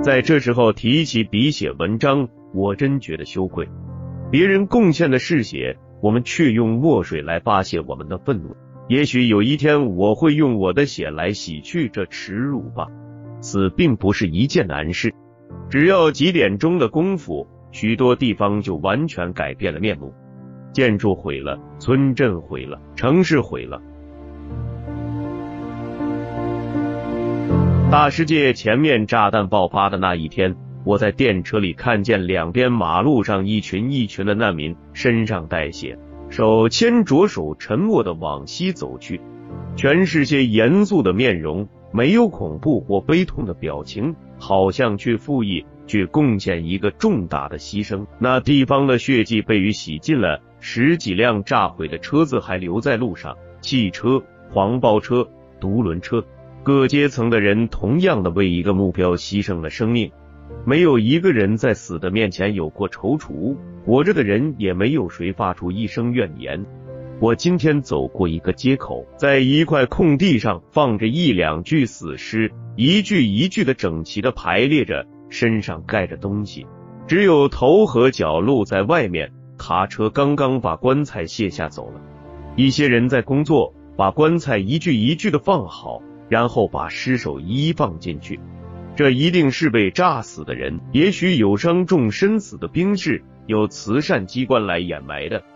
在这时候提起笔写文章，我真觉得羞愧。别人贡献的是血，我们却用墨水来发泄我们的愤怒。也许有一天我会用我的血来洗去这耻辱吧。死并不是一件难事，只要几点钟的功夫，许多地方就完全改变了面目。建筑毁了，村镇毁了，城市毁了。大世界前面炸弹爆发的那一天，我在电车里看见两边马路上一群一群的难民，身上带血，手牵着手沉默地往西走去，全是些严肃的面容，没有恐怖或悲痛的表情，好像去赴义，去贡献一个重大的牺牲。那地方的血迹被雨洗尽了，10几辆炸毁的车子还留在路上，汽车、黄包车、独轮车，各阶层的人同样的为一个目标牺牲了生命。没有一个人在死的面前有过踌躇，活着的人也没有谁发出一声怨言。我今天走过一个街口，在一块空地上放着1、2具死尸，一具一具的整齐的排列着，身上盖着东西，只有头和脚露在外面。卡车刚刚把棺材卸下走了，一些人在工作，把棺材一具一具的放好，然后把尸首一一放进去。这一定是被炸死的人，也许有伤重身死的兵士，有慈善机关来掩埋的。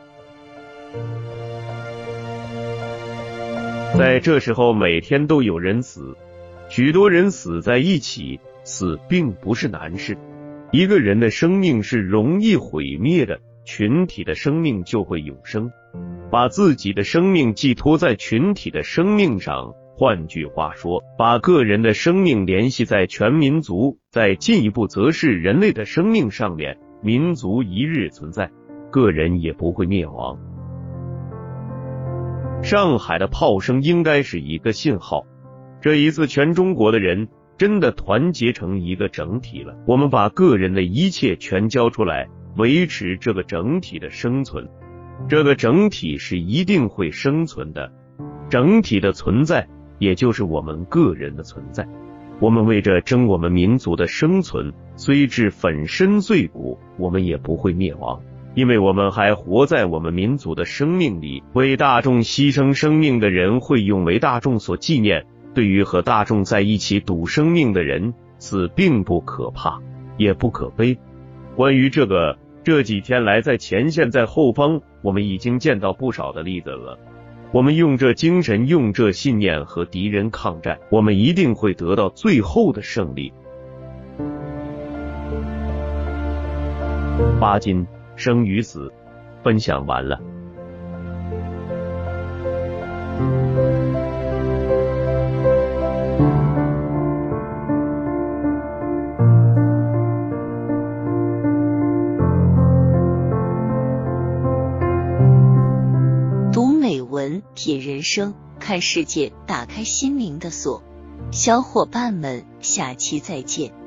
在这时候每天都有人死，许多人死在一起，死并不是难事。一个人的生命是容易毁灭的，群体的生命就会永生。把自己的生命寄托在群体的生命上，换句话说，把个人的生命联系在全民族，再进一步则是人类的生命上面，民族一日存在，个人也不会灭亡。上海的炮声应该是一个信号，这一次全中国的人真的团结成一个整体了。我们把个人的一切全交出来，维持这个整体的生存。这个整体是一定会生存的，整体的存在也就是我们个人的存在。我们为着争我们民族的生存，虽至粉身碎骨，我们也不会灭亡，因为我们还活在我们民族的生命里。为大众牺牲生命的人会永为大众所纪念，对于和大众在一起赌生命的人，死并不可怕，也不可悲。关于这个，这几天来在前线在后方，我们已经见到不少的例子了。我们用这精神，用这信念和敌人抗战，我们一定会得到最后的胜利。巴金，生与死，分享完了。 品人生，看世界，打开心灵的锁。小伙伴们，下期再见。